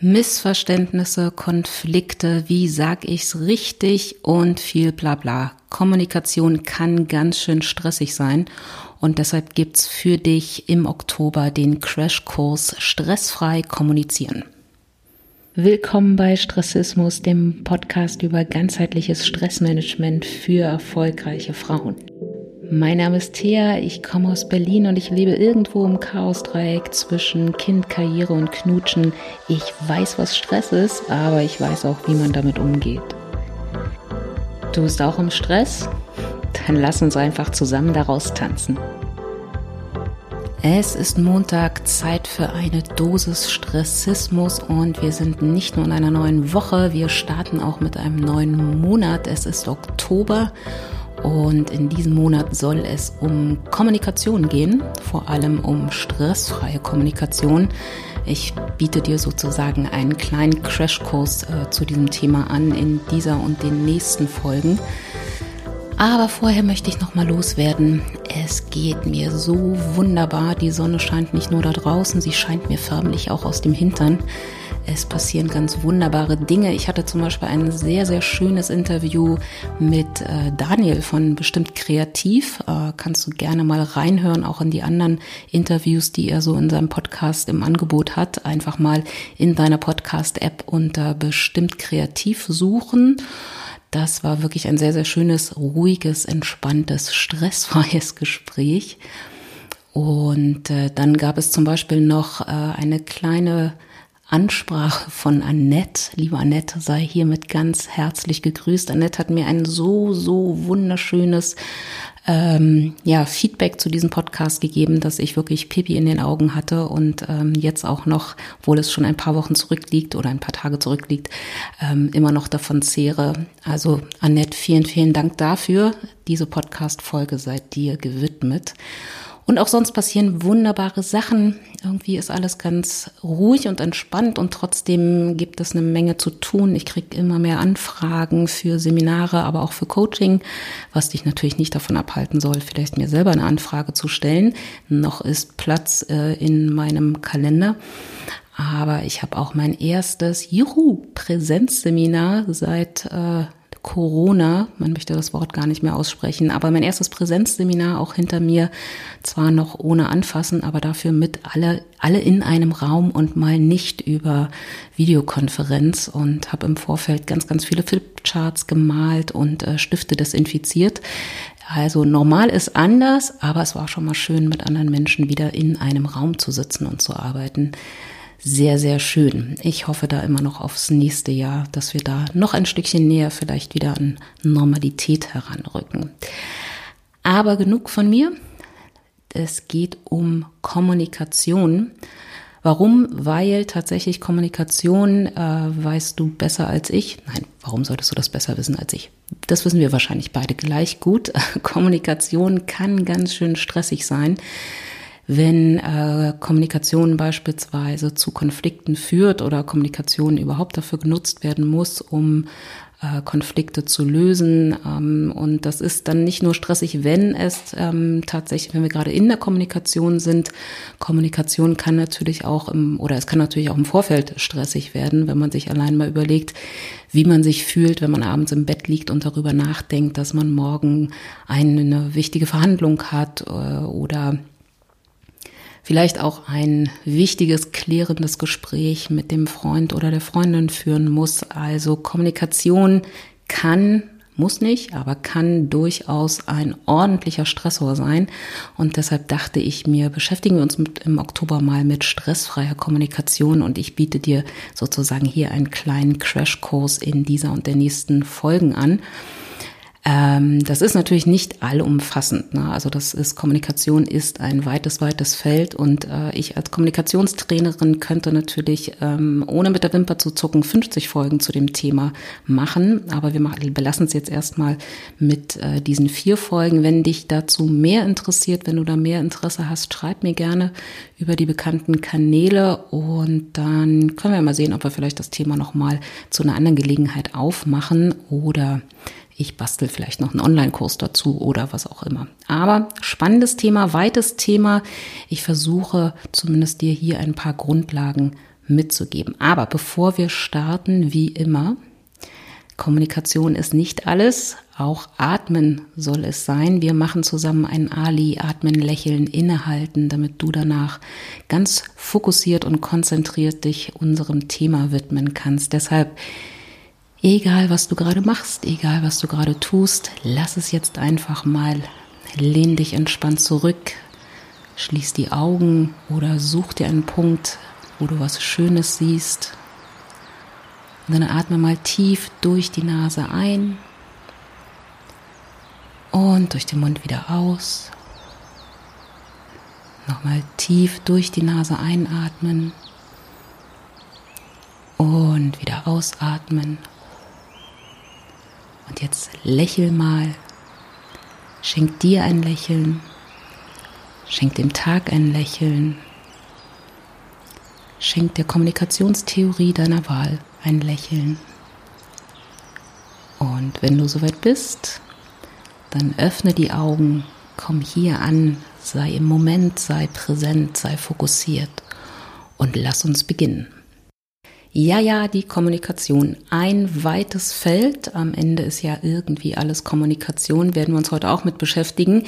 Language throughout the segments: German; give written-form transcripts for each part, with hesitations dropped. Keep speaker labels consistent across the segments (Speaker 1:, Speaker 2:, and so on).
Speaker 1: Missverständnisse, Konflikte, wie sag ich's richtig und viel Blabla. Kommunikation kann ganz schön stressig sein und deshalb gibt's für dich im Oktober den Crashkurs Stressfrei kommunizieren. Willkommen bei Stressismus, dem Podcast über ganzheitliches Stressmanagement für erfolgreiche Frauen. Mein Name ist Thea, ich komme aus Berlin und ich lebe irgendwo im Chaosdreieck zwischen Kind, Karriere und Knutschen. Ich weiß, was Stress ist, aber ich weiß auch, wie man damit umgeht. Du bist auch im Stress? Dann lass uns einfach zusammen daraus tanzen. Es ist Montag, Zeit für eine Dosis Stressismus und wir sind nicht nur in einer neuen Woche, wir starten auch mit einem neuen Monat. Es ist Oktober. Und in diesem Monat soll es um Kommunikation gehen, vor allem um stressfreie Kommunikation. Ich biete dir sozusagen einen kleinen Crashkurs zu diesem Thema an in dieser und den nächsten Folgen. Aber vorher möchte ich noch mal loswerden. Es geht mir so wunderbar. Die Sonne scheint nicht nur da draußen, sie scheint mir förmlich auch aus dem Hintern. Es passieren ganz wunderbare Dinge. Ich hatte zum Beispiel ein sehr, sehr schönes Interview mit Daniel von Bestimmt Kreativ. Kannst du gerne mal reinhören, auch in die anderen Interviews, die er so in seinem Podcast im Angebot hat. Einfach mal in deiner Podcast-App unter Bestimmt Kreativ suchen. Das war wirklich ein sehr, sehr schönes, ruhiges, entspanntes, stressfreies Gespräch. Und dann gab es zum Beispiel noch eine kleine Ansprache von Annette. Liebe Annette, sei hiermit ganz herzlich gegrüßt. Annette hat mir ein so wunderschönes Feedback zu diesem Podcast gegeben, dass ich wirklich Pipi in den Augen hatte und jetzt auch noch, obwohl es schon ein paar Wochen zurückliegt oder ein paar Tage zurückliegt, immer noch davon zehre. Also Annette, vielen Dank dafür. Diese Podcast-Folge sei dir gewidmet. Und auch sonst passieren wunderbare Sachen. Irgendwie ist alles ganz ruhig und entspannt und trotzdem gibt es eine Menge zu tun. Ich kriege immer mehr Anfragen für Seminare, aber auch für Coaching, was dich natürlich nicht davon abhalten soll, vielleicht mir selber eine Anfrage zu stellen. Noch ist Platz in meinem Kalender. Aber ich habe auch mein erstes Präsenzseminar seit Corona, man möchte das Wort gar nicht mehr aussprechen, aber mein erstes Präsenzseminar auch hinter mir, zwar noch ohne Anfassen, aber dafür mit alle in einem Raum und mal nicht über Videokonferenz und habe im Vorfeld ganz viele Flipcharts gemalt und Stifte desinfiziert. Also normal ist anders, aber es war schon mal schön, mit anderen Menschen wieder in einem Raum zu sitzen und zu arbeiten. Sehr, sehr schön. Ich hoffe da immer noch aufs nächste Jahr, dass wir da noch ein Stückchen näher vielleicht wieder an Normalität heranrücken. Aber genug von mir. Es geht um Kommunikation. Warum? Weil tatsächlich Kommunikation weißt du besser als ich. Nein, warum solltest du das besser wissen als ich? Das wissen wir wahrscheinlich beide gleich gut. Kommunikation kann ganz schön stressig sein. Wenn Kommunikation beispielsweise zu Konflikten führt oder Kommunikation überhaupt dafür genutzt werden muss, um Konflikte zu lösen. Und das ist dann nicht nur stressig, wenn es tatsächlich, wenn wir gerade in der Kommunikation sind. Kommunikation kann natürlich auch es kann natürlich auch im Vorfeld stressig werden, wenn man sich allein mal überlegt, wie man sich fühlt, wenn man abends im Bett liegt und darüber nachdenkt, dass man morgen eine wichtige Verhandlung hat oder vielleicht auch ein wichtiges, klärendes Gespräch mit dem Freund oder der Freundin führen muss. Also Kommunikation muss nicht, aber kann durchaus ein ordentlicher Stressor sein. Und deshalb dachte ich mir, beschäftigen wir uns im Oktober mal mit stressfreier Kommunikation. Und ich biete dir sozusagen hier einen kleinen Crashkurs in dieser und der nächsten Folgen an. Das ist natürlich nicht allumfassend, ne? Also Kommunikation ist ein weites Feld und ich als Kommunikationstrainerin könnte natürlich, ohne mit der Wimper zu zucken, 50 Folgen zu dem Thema machen, aber wir belassen es jetzt erstmal mit diesen 4 Folgen. Wenn dich dazu mehr interessiert, wenn du da mehr Interesse hast, schreib mir gerne über die bekannten Kanäle und dann können wir mal sehen, ob wir vielleicht das Thema nochmal zu einer anderen Gelegenheit aufmachen oder ich bastel vielleicht noch einen Online-Kurs dazu oder was auch immer. Aber spannendes Thema, weites Thema. Ich versuche zumindest dir hier ein paar Grundlagen mitzugeben. Aber bevor wir starten, wie immer, Kommunikation ist nicht alles, auch Atmen soll es sein. Wir machen zusammen ein Ali, atmen, lächeln, innehalten, damit du danach ganz fokussiert und konzentriert dich unserem Thema widmen kannst. Deshalb, egal was du gerade machst, egal was du gerade tust, lass es jetzt einfach mal, lehn dich entspannt zurück, schließ die Augen oder such dir einen Punkt, wo du was Schönes siehst. Und dann atme mal tief durch die Nase ein und durch den Mund wieder aus. Nochmal tief durch die Nase einatmen und wieder ausatmen. Und jetzt lächel mal, schenk dir ein Lächeln, schenk dem Tag ein Lächeln, schenk der Kommunikationstheorie deiner Wahl ein Lächeln. Und wenn du soweit bist, dann öffne die Augen, komm hier an, sei im Moment, sei präsent, sei fokussiert und lass uns beginnen. Ja, die Kommunikation, ein weites Feld. Am Ende ist ja irgendwie alles Kommunikation, werden wir uns heute auch mit beschäftigen.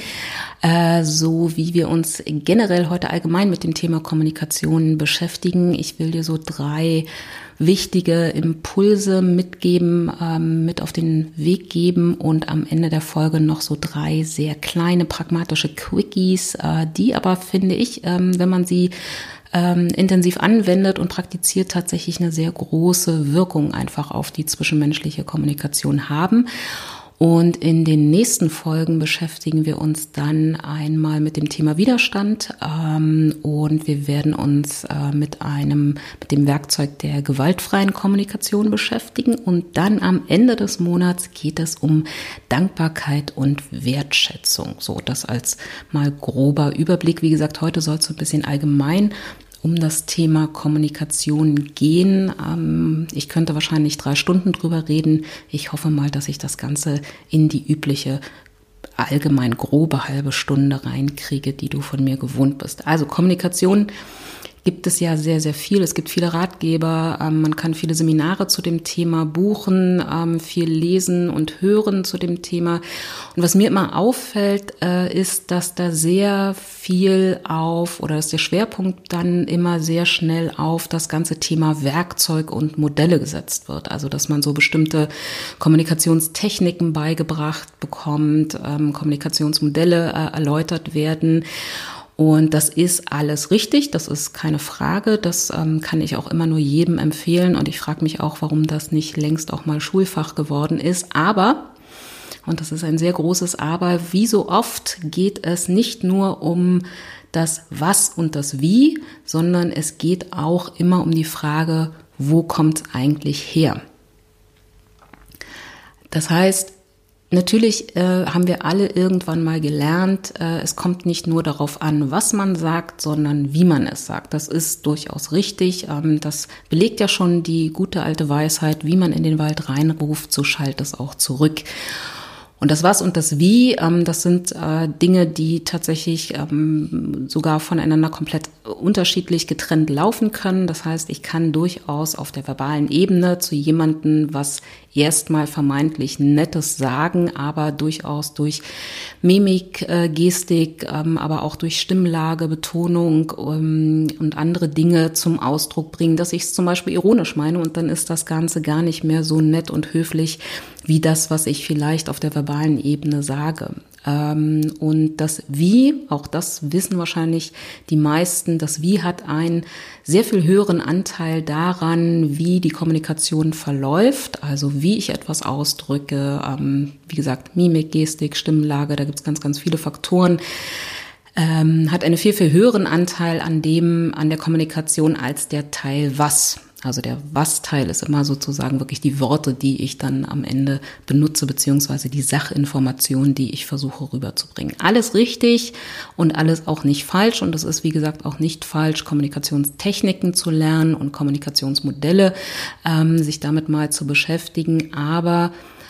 Speaker 1: So wie wir uns generell heute allgemein mit dem Thema Kommunikation beschäftigen. Ich will dir so 3 wichtige Impulse mitgeben, mit auf den Weg geben und am Ende der Folge noch so 3 sehr kleine pragmatische Quickies, die aber, finde ich, wenn man sie intensiv anwendet und praktiziert, tatsächlich eine sehr große Wirkung einfach auf die zwischenmenschliche Kommunikation haben. Und in den nächsten Folgen beschäftigen wir uns dann einmal mit dem Thema Widerstand und wir werden uns mit dem Werkzeug der gewaltfreien Kommunikation beschäftigen und dann am Ende des Monats geht es um Dankbarkeit und Wertschätzung. So, das als mal grober Überblick. Wie gesagt, heute soll es so ein bisschen allgemein um das Thema Kommunikation gehen. Ich könnte wahrscheinlich 3 Stunden drüber reden. Ich hoffe mal, dass ich das Ganze in die übliche, allgemein grobe halbe Stunde reinkriege, die du von mir gewohnt bist. Also Kommunikation gibt es ja sehr, sehr viel. Es gibt viele Ratgeber, man kann viele Seminare zu dem Thema buchen, viel lesen und hören zu dem Thema. Und was mir immer auffällt, ist, dass da sehr viel dass der Schwerpunkt dann immer sehr schnell auf das ganze Thema Werkzeug und Modelle gesetzt wird. Also, dass man so bestimmte Kommunikationstechniken beigebracht bekommt, Kommunikationsmodelle erläutert werden. Und das ist alles richtig, das ist keine Frage, das kann ich auch immer nur jedem empfehlen und ich frage mich auch, warum das nicht längst auch mal Schulfach geworden ist, aber, und das ist ein sehr großes Aber, wie so oft geht es nicht nur um das Was und das Wie, sondern es geht auch immer um die Frage, wo kommt es eigentlich her? Das heißt, natürlich haben wir alle irgendwann mal gelernt, es kommt nicht nur darauf an, was man sagt, sondern wie man es sagt. Das ist durchaus richtig. Das belegt ja schon die gute alte Weisheit, wie man in den Wald reinruft, so schallt es auch zurück. Und das Was und das Wie, das sind Dinge, die tatsächlich sogar voneinander komplett unterschiedlich getrennt laufen können. Das heißt, ich kann durchaus auf der verbalen Ebene zu jemandem was erstmal vermeintlich Nettes sagen, aber durchaus durch Mimik, Gestik, aber auch durch Stimmlage, Betonung und andere Dinge zum Ausdruck bringen, dass ich es zum Beispiel ironisch meine und dann ist das Ganze gar nicht mehr so nett und höflich wie das, was ich vielleicht auf der verbalen Ebene sage. Und das Wie, auch das wissen wahrscheinlich die meisten, das Wie hat einen sehr viel höheren Anteil daran, wie die Kommunikation verläuft, also wie ich etwas ausdrücke, wie gesagt, Mimik, Gestik, Stimmlage, da gibt es ganz, ganz viele Faktoren, hat einen viel, viel höheren Anteil an der Kommunikation als der Teil Was. Also der Was-Teil ist immer sozusagen wirklich die Worte, die ich dann am Ende benutze, beziehungsweise die Sachinformationen, die ich versuche rüberzubringen. Alles richtig und alles auch nicht falsch. Und es ist, wie gesagt, auch nicht falsch, Kommunikationstechniken zu lernen und Kommunikationsmodelle, sich damit mal zu beschäftigen. Aber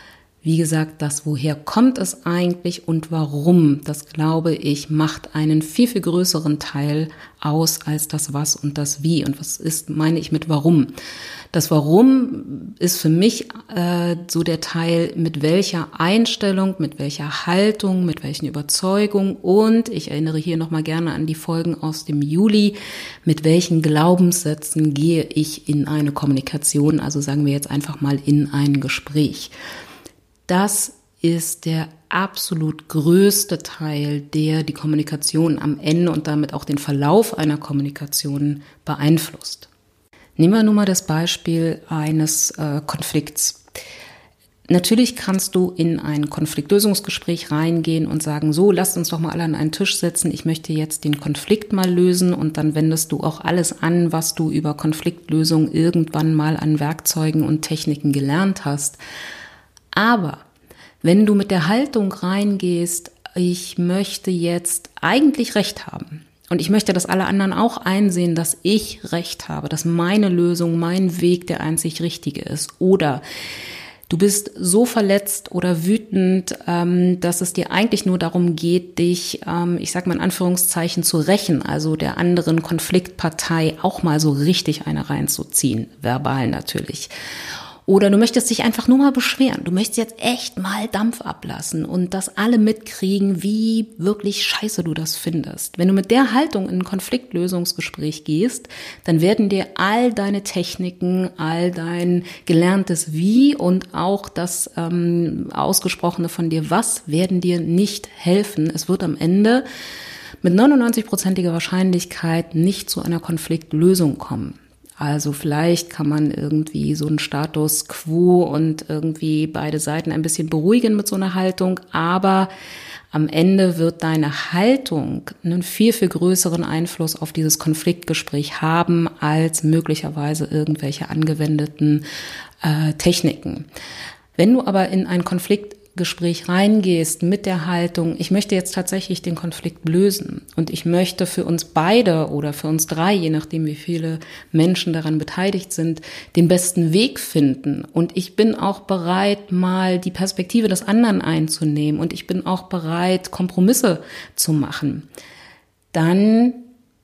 Speaker 1: Wie gesagt, das Woher kommt es eigentlich und warum, das glaube ich, macht einen viel, viel größeren Teil aus als das Was und das Wie. Und was ist, meine ich mit Warum? Das Warum ist für mich so der Teil, mit welcher Einstellung, mit welcher Haltung, mit welchen Überzeugungen und ich erinnere hier nochmal gerne an die Folgen aus dem Juli, mit welchen Glaubenssätzen gehe ich in eine Kommunikation, also sagen wir jetzt einfach mal in ein Gespräch. Das ist der absolut größte Teil, der die Kommunikation am Ende und damit auch den Verlauf einer Kommunikation beeinflusst. Nehmen wir nun mal das Beispiel eines Konflikts. Natürlich kannst du in ein Konfliktlösungsgespräch reingehen und sagen, so, lasst uns doch mal alle an einen Tisch setzen, ich möchte jetzt den Konflikt mal lösen und dann wendest du auch alles an, was du über Konfliktlösung irgendwann mal an Werkzeugen und Techniken gelernt hast. Aber wenn du mit der Haltung reingehst, ich möchte jetzt eigentlich Recht haben und ich möchte, dass alle anderen auch einsehen, dass ich Recht habe, dass meine Lösung, mein Weg der einzig richtige ist, oder du bist so verletzt oder wütend, dass es dir eigentlich nur darum geht, dich, ich sag mal in Anführungszeichen, zu rächen, also der anderen Konfliktpartei auch mal so richtig eine reinzuziehen, verbal natürlich. Oder du möchtest dich einfach nur mal beschweren. Du möchtest jetzt echt mal Dampf ablassen und dass alle mitkriegen, wie wirklich scheiße du das findest. Wenn du mit der Haltung in ein Konfliktlösungsgespräch gehst, dann werden dir all deine Techniken, all dein gelerntes Wie und auch das Ausgesprochene von dir Was werden dir nicht helfen. Es wird am Ende mit 99%iger Wahrscheinlichkeit nicht zu einer Konfliktlösung kommen. Also vielleicht kann man irgendwie so einen Status quo und irgendwie beide Seiten ein bisschen beruhigen mit so einer Haltung, aber am Ende wird deine Haltung einen viel, viel größeren Einfluss auf dieses Konfliktgespräch haben als möglicherweise irgendwelche angewendeten Techniken. Wenn du aber in ein Konfliktgespräch reingehst mit der Haltung, ich möchte jetzt tatsächlich den Konflikt lösen und ich möchte für uns beide oder für uns drei, je nachdem wie viele Menschen daran beteiligt sind, den besten Weg finden und ich bin auch bereit, mal die Perspektive des anderen einzunehmen und ich bin auch bereit, Kompromisse zu machen, dann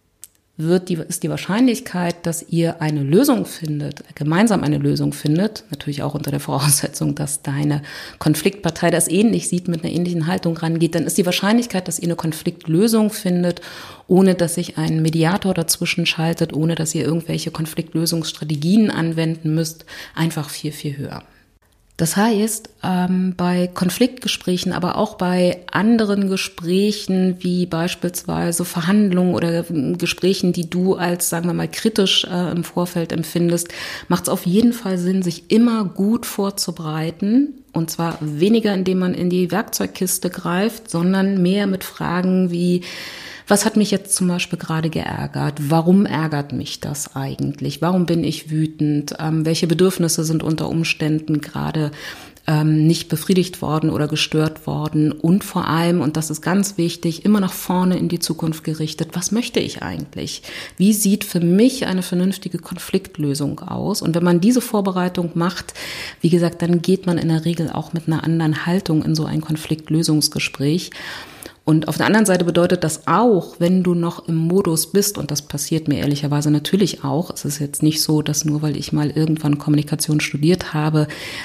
Speaker 1: ist die Wahrscheinlichkeit, dass ihr eine Lösung findet, gemeinsam eine Lösung findet, natürlich auch unter der Voraussetzung, dass deine Konfliktpartei das ähnlich sieht, mit einer ähnlichen Haltung rangeht, dann ist die Wahrscheinlichkeit, dass ihr eine Konfliktlösung findet, ohne dass sich ein Mediator dazwischen schaltet, ohne dass ihr irgendwelche Konfliktlösungsstrategien anwenden müsst, einfach viel, viel höher. Das heißt, bei Konfliktgesprächen, aber auch bei anderen Gesprächen wie beispielsweise Verhandlungen oder Gesprächen, die du als, sagen wir mal, kritisch im Vorfeld empfindest, macht es auf jeden Fall Sinn, sich immer gut vorzubereiten. Und zwar weniger, indem man in die Werkzeugkiste greift, sondern mehr mit Fragen wie: Was hat mich jetzt zum Beispiel gerade geärgert? Warum ärgert mich das eigentlich? Warum bin ich wütend? Welche Bedürfnisse sind unter Umständen gerade nicht befriedigt worden oder gestört worden? Und vor allem, und das ist ganz wichtig, immer nach vorne in die Zukunft gerichtet. Was möchte ich eigentlich? Wie sieht für mich eine vernünftige Konfliktlösung aus? Und wenn man diese Vorbereitung macht, wie gesagt, dann geht man in der Regel auch mit einer anderen Haltung in so ein Konfliktlösungsgespräch. Und auf der anderen Seite bedeutet das auch, wenn du noch im Modus bist, und das passiert mir ehrlicherweise natürlich auch, es ist jetzt nicht so, dass nur weil ich mal irgendwann Kommunikation studiert habe,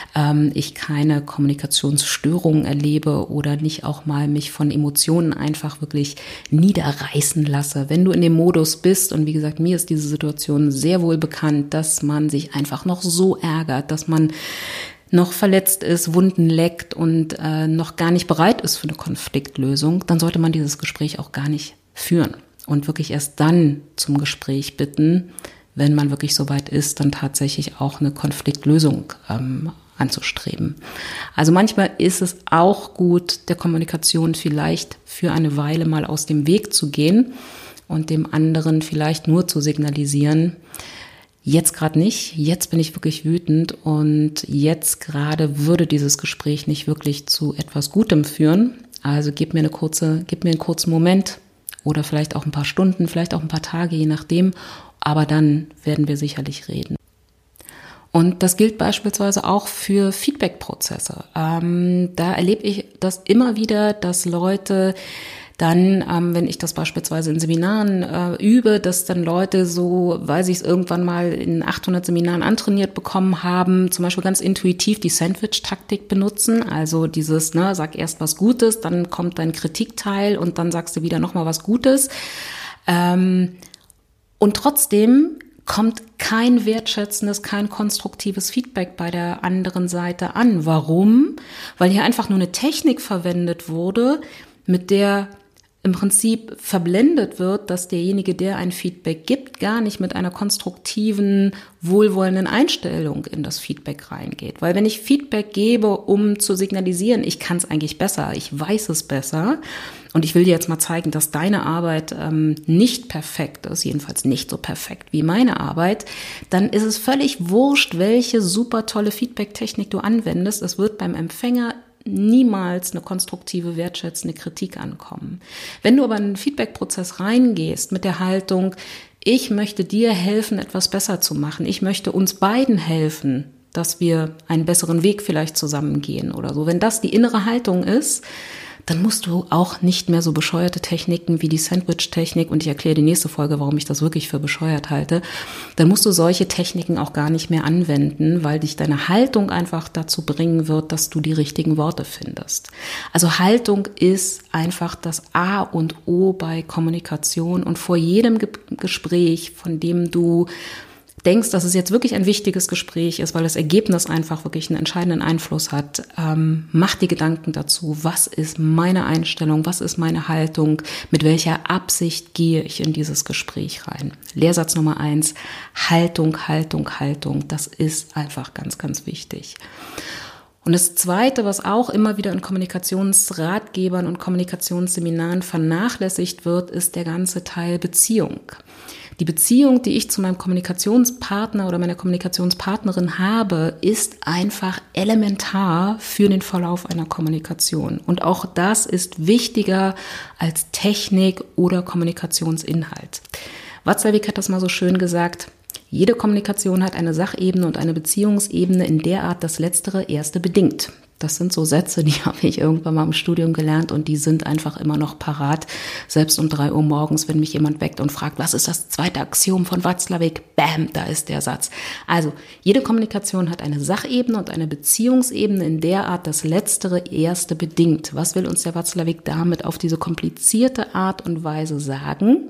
Speaker 1: ich keine Kommunikationsstörungen erlebe oder nicht auch mal mich von Emotionen einfach wirklich niederreißen lasse. Wenn du in dem Modus bist, und wie gesagt, mir ist diese Situation sehr wohl bekannt, dass man sich einfach noch so ärgert, dass man noch verletzt ist, Wunden leckt und noch gar nicht bereit ist für eine Konfliktlösung, dann sollte man dieses Gespräch auch gar nicht führen und wirklich erst dann zum Gespräch bitten, wenn man wirklich so weit ist, dann tatsächlich auch eine Konfliktlösung anzustreben. Also manchmal ist es auch gut, der Kommunikation vielleicht für eine Weile mal aus dem Weg zu gehen und dem anderen vielleicht nur zu signalisieren: Jetzt gerade nicht, jetzt bin ich wirklich wütend und jetzt gerade würde dieses Gespräch nicht wirklich zu etwas Gutem führen. Also gib mir einen kurzen Moment oder vielleicht auch ein paar Stunden, vielleicht auch ein paar Tage, je nachdem. Aber dann werden wir sicherlich reden. Und das gilt beispielsweise auch für Feedback-Prozesse. Da erlebe ich das immer wieder, dass Leute dann, wenn ich das beispielsweise in Seminaren übe, dass dann Leute so, weil sie es irgendwann mal in 800 Seminaren antrainiert bekommen haben, zum Beispiel ganz intuitiv die Sandwich-Taktik benutzen. Also dieses, sag erst was Gutes, dann kommt dein Kritikteil und dann sagst du wieder nochmal was Gutes. Und trotzdem kommt kein wertschätzendes, kein konstruktives Feedback bei der anderen Seite an. Warum? Weil hier einfach nur eine Technik verwendet wurde, mit der im Prinzip verblendet wird, dass derjenige, der ein Feedback gibt, gar nicht mit einer konstruktiven, wohlwollenden Einstellung in das Feedback reingeht. Weil wenn ich Feedback gebe, um zu signalisieren, ich kann es eigentlich besser, ich weiß es besser und ich will dir jetzt mal zeigen, dass deine Arbeit nicht perfekt ist, jedenfalls nicht so perfekt wie meine Arbeit, dann ist es völlig wurscht, welche super tolle Feedback-Technik du anwendest. Es wird beim Empfänger niemals eine konstruktive, wertschätzende Kritik ankommen. Wenn du aber in einen Feedback-Prozess reingehst mit der Haltung, ich möchte dir helfen, etwas besser zu machen, ich möchte uns beiden helfen, dass wir einen besseren Weg vielleicht zusammengehen oder so. Wenn das die innere Haltung ist, dann musst du auch nicht mehr so bescheuerte Techniken wie die Sandwich-Technik, und ich erkläre die nächste Folge, warum ich das wirklich für bescheuert halte, dann musst du solche Techniken auch gar nicht mehr anwenden, weil dich deine Haltung einfach dazu bringen wird, dass du die richtigen Worte findest. Also Haltung ist einfach das A und O bei Kommunikation, und vor jedem Gespräch, von dem du denkst, dass es jetzt wirklich ein wichtiges Gespräch ist, weil das Ergebnis einfach wirklich einen entscheidenden Einfluss hat, mach dir Gedanken dazu, was ist meine Einstellung, was ist meine Haltung, mit welcher Absicht gehe ich in dieses Gespräch rein. Lehrsatz Nummer 1, Haltung, Haltung, Haltung, das ist einfach ganz, ganz wichtig. Und das Zweite, was auch immer wieder in Kommunikationsratgebern und Kommunikationsseminaren vernachlässigt wird, ist der ganze Teil Beziehung. Die Beziehung, die ich zu meinem Kommunikationspartner oder meiner Kommunikationspartnerin habe, ist einfach elementar für den Verlauf einer Kommunikation. Und auch das ist wichtiger als Technik oder Kommunikationsinhalt. Watzlawick hat das mal so schön gesagt: Jede Kommunikation hat eine Sachebene und eine Beziehungsebene in der Art, dass letztere erste bedingt. Das sind so Sätze, die habe ich irgendwann mal im Studium gelernt, und die sind einfach immer noch parat. Selbst um 3 Uhr morgens, wenn mich jemand weckt und fragt, was ist das zweite Axiom von Watzlawick? Bam, da ist der Satz. Also, jede Kommunikation hat eine Sachebene und eine Beziehungsebene in der Art, dass letztere erste bedingt. Was will uns der Watzlawick damit auf diese komplizierte Art und Weise sagen?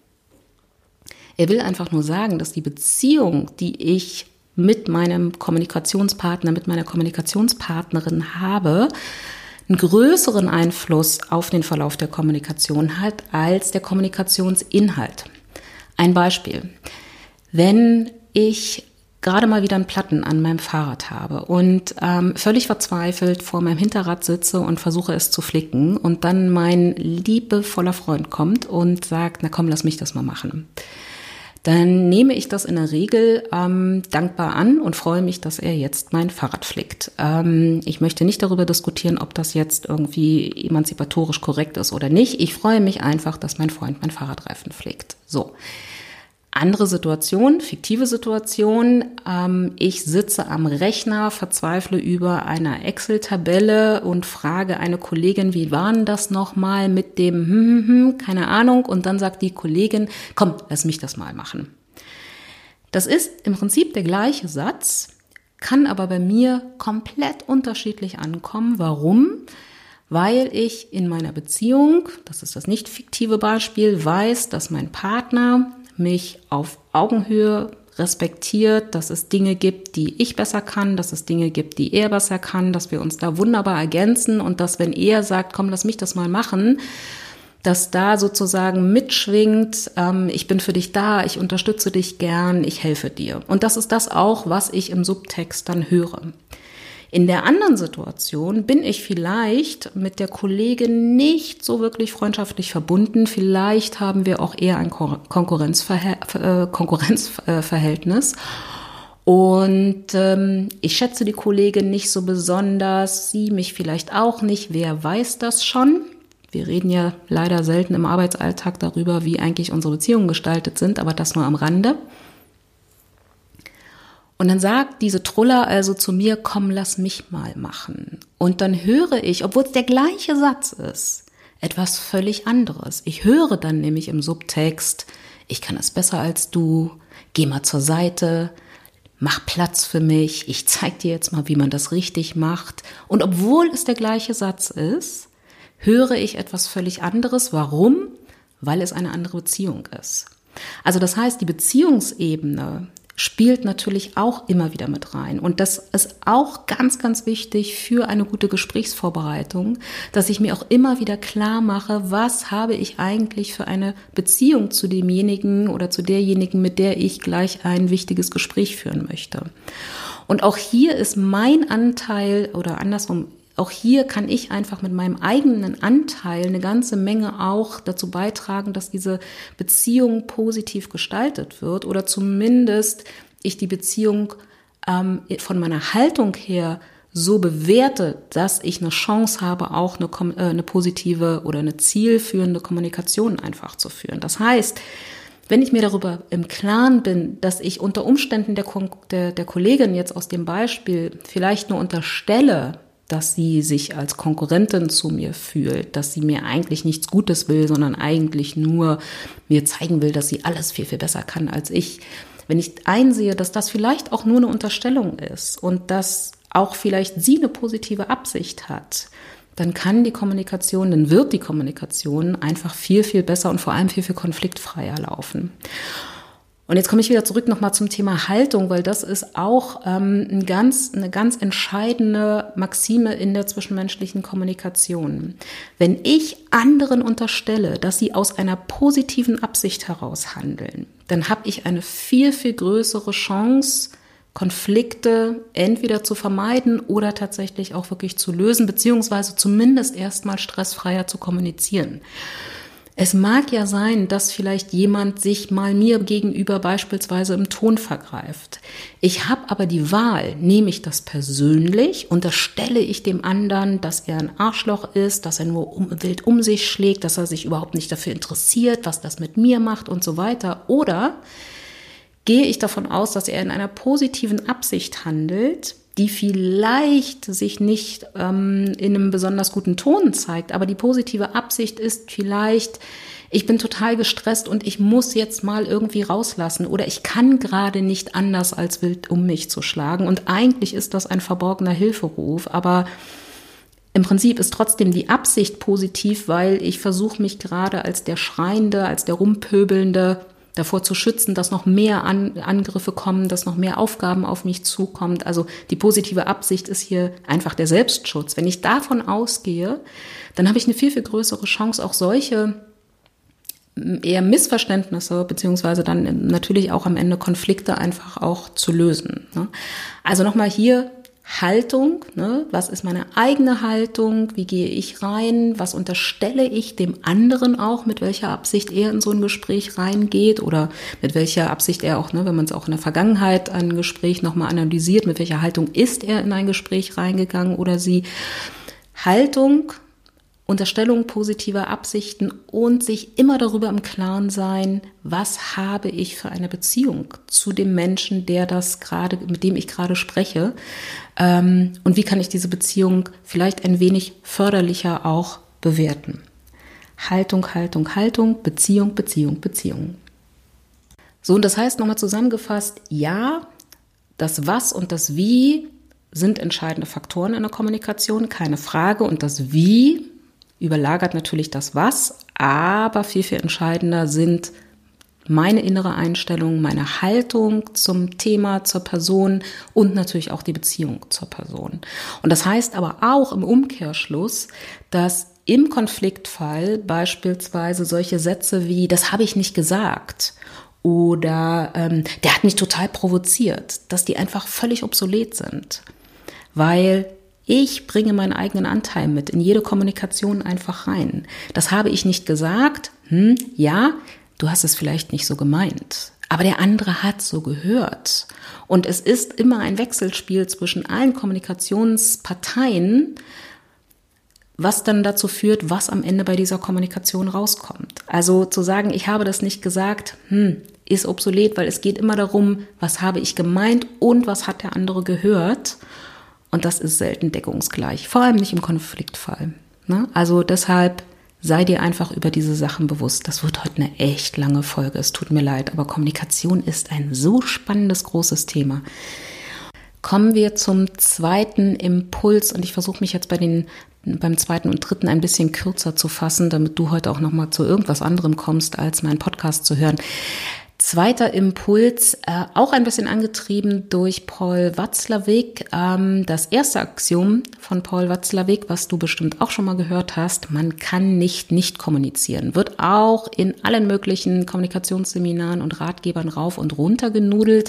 Speaker 1: Er will einfach nur sagen, dass die Beziehung, die ich mit meinem Kommunikationspartner, mit meiner Kommunikationspartnerin habe, einen größeren Einfluss auf den Verlauf der Kommunikation hat als der Kommunikationsinhalt. Ein Beispiel: Wenn ich gerade mal wieder einen Platten an meinem Fahrrad habe und völlig verzweifelt vor meinem Hinterrad sitze und versuche es zu flicken, und dann mein liebevoller Freund kommt und sagt, na komm, lass mich das mal machen, dann nehme ich das in der Regel dankbar an und freue mich, dass er jetzt mein Fahrrad flickt. Ich möchte nicht darüber diskutieren, ob das jetzt irgendwie emanzipatorisch korrekt ist oder nicht. Ich freue mich einfach, dass mein Freund mein Fahrradreifen flickt. So. Andere Situation, fiktive Situation, ich sitze am Rechner, verzweifle über einer Excel-Tabelle und frage eine Kollegin, wie war denn das nochmal mit dem keine Ahnung, und dann sagt die Kollegin, komm, lass mich das mal machen. Das ist im Prinzip der gleiche Satz, kann aber bei mir komplett unterschiedlich ankommen. Warum? Weil ich in meiner Beziehung, das ist das nicht fiktive Beispiel, weiß, dass mein Partner mich auf Augenhöhe respektiert, dass es Dinge gibt, die ich besser kann, dass es Dinge gibt, die er besser kann, dass wir uns da wunderbar ergänzen, und dass, wenn er sagt, komm, lass mich das mal machen, dass da sozusagen mitschwingt, ich bin für dich da, ich unterstütze dich gern, ich helfe dir. Und das ist das auch, was ich im Subtext dann höre. In der anderen Situation bin ich vielleicht mit der Kollegin nicht so wirklich freundschaftlich verbunden. Vielleicht haben wir auch eher ein Konkurrenzverhältnis. Und ich schätze die Kollegin nicht so besonders, sie mich vielleicht auch nicht. Wer weiß das schon? Wir reden ja leider selten im Arbeitsalltag darüber, wie eigentlich unsere Beziehungen gestaltet sind, aber das nur am Rande. Und dann sagt diese Truller also zu mir, komm, lass mich mal machen. Und dann höre ich, obwohl es der gleiche Satz ist, etwas völlig anderes. Ich höre dann nämlich im Subtext, ich kann es besser als du, geh mal zur Seite, mach Platz für mich, ich zeig dir jetzt mal, wie man das richtig macht. Und obwohl es der gleiche Satz ist, höre ich etwas völlig anderes. Warum? Weil es eine andere Beziehung ist. Also das heißt, die Beziehungsebene spielt natürlich auch immer wieder mit rein. Und das ist auch ganz, ganz wichtig für eine gute Gesprächsvorbereitung, dass ich mir auch immer wieder klar mache, was habe ich eigentlich für eine Beziehung zu demjenigen oder zu derjenigen, mit der ich gleich ein wichtiges Gespräch führen möchte. Und auch hier ist mein Anteil oder andersrum, auch hier kann ich einfach mit meinem eigenen Anteil eine ganze Menge auch dazu beitragen, dass diese Beziehung positiv gestaltet wird oder zumindest ich die Beziehung von meiner Haltung her so bewerte, dass ich eine Chance habe, auch eine positive oder eine zielführende Kommunikation einfach zu führen. Das heißt, wenn ich mir darüber im Klaren bin, dass ich unter Umständen der Kollegin jetzt aus dem Beispiel vielleicht nur unterstelle, dass sie sich als Konkurrentin zu mir fühlt, dass sie mir eigentlich nichts Gutes will, sondern eigentlich nur mir zeigen will, dass sie alles viel, viel besser kann als ich. Wenn ich einsehe, dass das vielleicht auch nur eine Unterstellung ist und dass auch vielleicht sie eine positive Absicht hat, dann wird die Kommunikation einfach viel, viel besser und vor allem viel, viel konfliktfreier laufen. Und jetzt komme ich wieder zurück nochmal zum Thema Haltung, weil das ist auch eine ganz entscheidende Maxime in der zwischenmenschlichen Kommunikation. Wenn ich anderen unterstelle, dass sie aus einer positiven Absicht heraus handeln, dann habe ich eine viel, viel größere Chance, Konflikte entweder zu vermeiden oder tatsächlich auch wirklich zu lösen, beziehungsweise zumindest erstmal stressfreier zu kommunizieren. Es mag ja sein, dass vielleicht jemand sich mal mir gegenüber beispielsweise im Ton vergreift. Ich habe aber die Wahl, nehme ich das persönlich, unterstelle ich dem anderen, dass er ein Arschloch ist, dass er nur wild um sich schlägt, dass er sich überhaupt nicht dafür interessiert, was das mit mir macht und so weiter. Oder gehe ich davon aus, dass er in einer positiven Absicht handelt, die vielleicht sich nicht in einem besonders guten Ton zeigt, aber die positive Absicht ist vielleicht, ich bin total gestresst und ich muss jetzt mal irgendwie rauslassen oder ich kann gerade nicht anders, als wild um mich zu schlagen. Und eigentlich ist das ein verborgener Hilferuf, aber im Prinzip ist trotzdem die Absicht positiv, weil ich versuche mich gerade als der Schreiende, als der Rumpöbelnde davor zu schützen, dass noch mehr Angriffe kommen, dass noch mehr Aufgaben auf mich zukommt. Also die positive Absicht ist hier einfach der Selbstschutz. Wenn ich davon ausgehe, dann habe ich eine viel, viel größere Chance, auch solche eher Missverständnisse beziehungsweise dann natürlich auch am Ende Konflikte einfach auch zu lösen. Also nochmal hier Haltung, was ist meine eigene Haltung, wie gehe ich rein, was unterstelle ich dem anderen auch, mit welcher Absicht er in so ein Gespräch reingeht oder mit welcher Absicht er auch, wenn man es auch in der Vergangenheit ein Gespräch nochmal analysiert, mit welcher Haltung ist er in ein Gespräch reingegangen oder sie. Haltung, Unterstellung positiver Absichten und sich immer darüber im Klaren sein, was habe ich für eine Beziehung zu dem Menschen, mit dem ich gerade spreche, und wie kann ich diese Beziehung vielleicht ein wenig förderlicher auch bewerten. Haltung, Haltung, Haltung, Beziehung, Beziehung, Beziehung. So, und das heißt nochmal zusammengefasst, ja, das Was und das Wie sind entscheidende Faktoren in der Kommunikation, keine Frage, und das Wie überlagert natürlich das Was, aber viel, viel entscheidender sind meine innere Einstellung, meine Haltung zum Thema, zur Person und natürlich auch die Beziehung zur Person. Und das heißt aber auch im Umkehrschluss, dass im Konfliktfall beispielsweise solche Sätze wie, das habe ich nicht gesagt oder der hat mich total provoziert, dass die einfach völlig obsolet sind, weil ich bringe meinen eigenen Anteil mit in jede Kommunikation einfach rein. Das habe ich nicht gesagt. Ja, du hast es vielleicht nicht so gemeint, aber der andere hat so gehört. Und es ist immer ein Wechselspiel zwischen allen Kommunikationsparteien, was dann dazu führt, was am Ende bei dieser Kommunikation rauskommt. Also zu sagen, ich habe das nicht gesagt, ist obsolet, weil es geht immer darum, was habe ich gemeint und was hat der andere gehört. Und das ist selten deckungsgleich, vor allem nicht im Konfliktfall. Ne? Also deshalb sei dir einfach über diese Sachen bewusst. Das wird heute eine echt lange Folge, es tut mir leid, aber Kommunikation ist ein so spannendes, großes Thema. Kommen wir zum zweiten Impuls und ich versuche mich jetzt beim zweiten und dritten ein bisschen kürzer zu fassen, damit du heute auch nochmal zu irgendwas anderem kommst, als meinen Podcast zu hören. Zweiter Impuls, auch ein bisschen angetrieben durch Paul Watzlawick. Das erste Axiom von Paul Watzlawick, was du bestimmt auch schon mal gehört hast, man kann nicht kommunizieren. Wird auch in allen möglichen Kommunikationsseminaren und Ratgebern rauf und runter genudelt,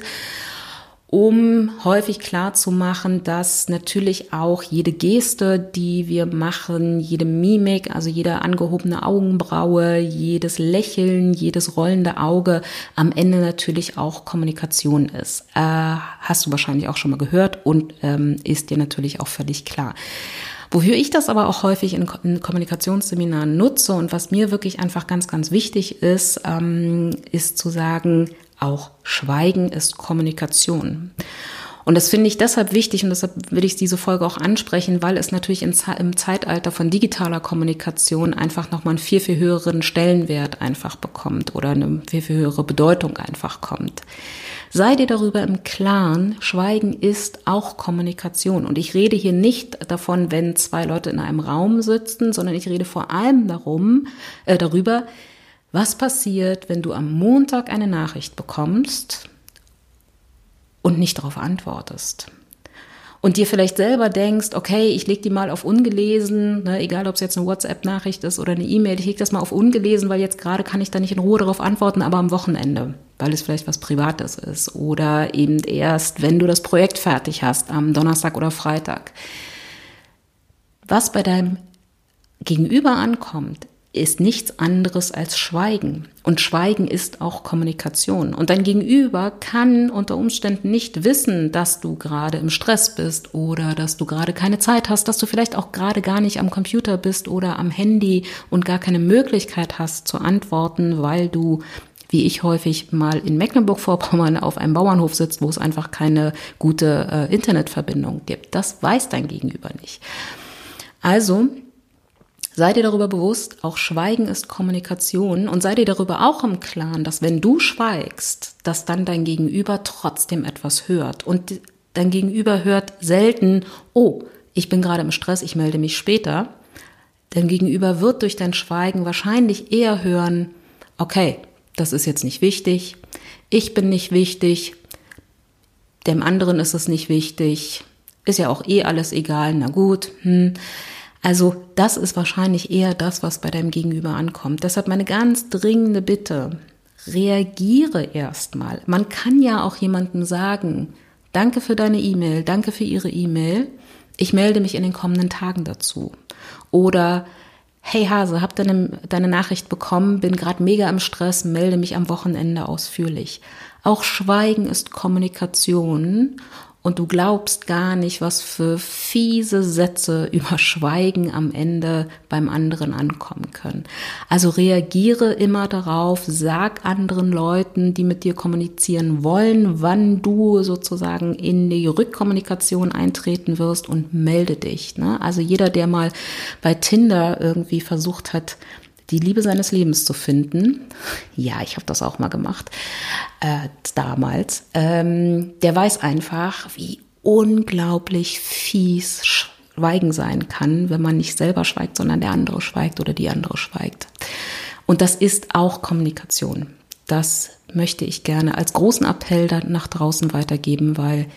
Speaker 1: um häufig klarzumachen, dass natürlich auch jede Geste, die wir machen, jede Mimik, also jede angehobene Augenbraue, jedes Lächeln, jedes rollende Auge am Ende natürlich auch Kommunikation ist. Hast du wahrscheinlich auch schon mal gehört und ist dir natürlich auch völlig klar. Wofür ich das aber auch häufig in Kommunikationsseminaren nutze und was mir wirklich einfach ganz, ganz wichtig ist, ist zu sagen, auch Schweigen ist Kommunikation. Und das finde ich deshalb wichtig und deshalb will ich diese Folge auch ansprechen, weil es natürlich im Zeitalter von digitaler Kommunikation einfach nochmal einen viel, viel höheren Stellenwert einfach bekommt oder eine viel, viel höhere Bedeutung einfach kommt. Sei dir darüber im Klaren, Schweigen ist auch Kommunikation. Und ich rede hier nicht davon, wenn zwei Leute in einem Raum sitzen, sondern ich rede vor allem darüber, was passiert, wenn du am Montag eine Nachricht bekommst und nicht darauf antwortest. Und dir vielleicht selber denkst, okay, ich lege die mal auf ungelesen, ne, egal ob es jetzt eine WhatsApp-Nachricht ist oder eine E-Mail, ich lege das mal auf ungelesen, weil jetzt gerade kann ich da nicht in Ruhe darauf antworten, aber am Wochenende, weil es vielleicht was Privates ist oder eben erst, wenn du das Projekt fertig hast, am Donnerstag oder Freitag. Was bei deinem Gegenüber ankommt, ist nichts anderes als Schweigen. Und Schweigen ist auch Kommunikation. Und dein Gegenüber kann unter Umständen nicht wissen, dass du gerade im Stress bist oder dass du gerade keine Zeit hast, dass du vielleicht auch gerade gar nicht am Computer bist oder am Handy und gar keine Möglichkeit hast zu antworten, weil du, wie ich häufig mal in Mecklenburg-Vorpommern auf einem Bauernhof sitzt, wo es einfach keine gute Internetverbindung gibt. Das weiß dein Gegenüber nicht. Also sei dir darüber bewusst, auch Schweigen ist Kommunikation und sei dir darüber auch im Klaren, dass wenn du schweigst, dass dann dein Gegenüber trotzdem etwas hört. Und dein Gegenüber hört selten, oh, ich bin gerade im Stress, ich melde mich später. Dein Gegenüber wird durch dein Schweigen wahrscheinlich eher hören, okay, das ist jetzt nicht wichtig, ich bin nicht wichtig, dem anderen ist es nicht wichtig, ist ja auch alles egal, na gut, Also das ist wahrscheinlich eher das, was bei deinem Gegenüber ankommt. Deshalb meine ganz dringende Bitte, reagiere erstmal. Man kann ja auch jemandem sagen, danke für deine E-Mail, danke für Ihre E-Mail, ich melde mich in den kommenden Tagen dazu. Oder, hey Hase, hab deine Nachricht bekommen, bin gerade mega im Stress, melde mich am Wochenende ausführlich. Auch Schweigen ist Kommunikation. Und du glaubst gar nicht, was für fiese Sätze über Schweigen am Ende beim anderen ankommen können. Also reagiere immer darauf, sag anderen Leuten, die mit dir kommunizieren wollen, wann du sozusagen in die Rückkommunikation eintreten wirst und melde dich. Ne? Also jeder, der mal bei Tinder irgendwie versucht hat, die Liebe seines Lebens zu finden, ja, ich habe das auch mal gemacht, damals, der weiß einfach, wie unglaublich fies Schweigen sein kann, wenn man nicht selber schweigt, sondern der andere schweigt oder die andere schweigt. Und das ist auch Kommunikation. Das möchte ich gerne als großen Appell nach draußen weitergeben, weil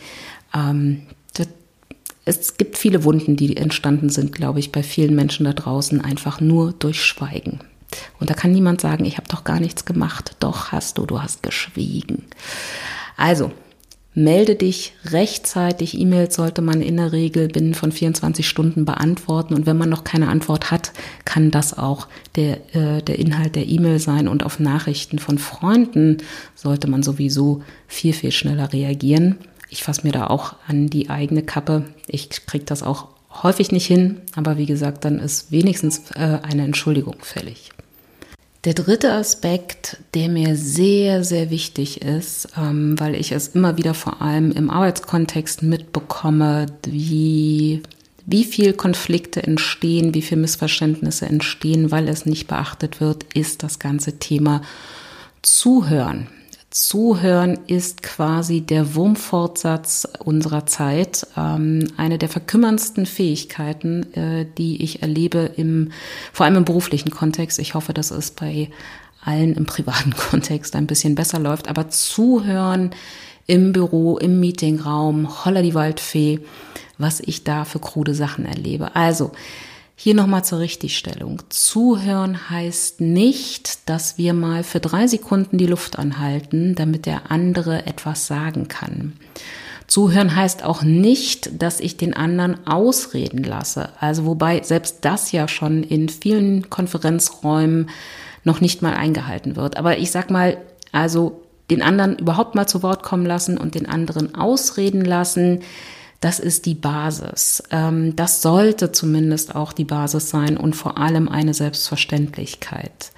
Speaker 1: es gibt viele Wunden, die entstanden sind, glaube ich, bei vielen Menschen da draußen, einfach nur durch Schweigen. Und da kann niemand sagen, ich habe doch gar nichts gemacht. Doch hast du hast geschwiegen. Also, melde dich rechtzeitig. E-Mails sollte man in der Regel binnen von 24 Stunden beantworten. Und wenn man noch keine Antwort hat, kann das auch der Inhalt der E-Mail sein. Und auf Nachrichten von Freunden sollte man sowieso viel, viel schneller reagieren. Ich fasse mir da auch an die eigene Kappe. Ich kriege das auch häufig nicht hin, aber wie gesagt, dann ist wenigstens eine Entschuldigung fällig. Der dritte Aspekt, der mir sehr, sehr wichtig ist, weil ich es immer wieder vor allem im Arbeitskontext mitbekomme, wie viel Konflikte entstehen, wie viel Missverständnisse entstehen, weil es nicht beachtet wird, ist das ganze Thema Zuhören. Zuhören ist quasi der Wurmfortsatz unserer Zeit, eine der verkümmerndsten Fähigkeiten, die ich erlebe, vor allem im beruflichen Kontext. Ich hoffe, dass es bei allen im privaten Kontext ein bisschen besser läuft, aber Zuhören im Büro, im Meetingraum, holla die Waldfee, was ich da für krude Sachen erlebe. Also, hier nochmal zur Richtigstellung. Zuhören heißt nicht, dass wir mal für 3 Sekunden die Luft anhalten, damit der andere etwas sagen kann. Zuhören heißt auch nicht, dass ich den anderen ausreden lasse. Also wobei selbst das ja schon in vielen Konferenzräumen noch nicht mal eingehalten wird. Aber ich sag mal, also den anderen überhaupt mal zu Wort kommen lassen und den anderen ausreden lassen, das ist die Basis. Das sollte zumindest auch die Basis sein und vor allem eine Selbstverständlichkeit.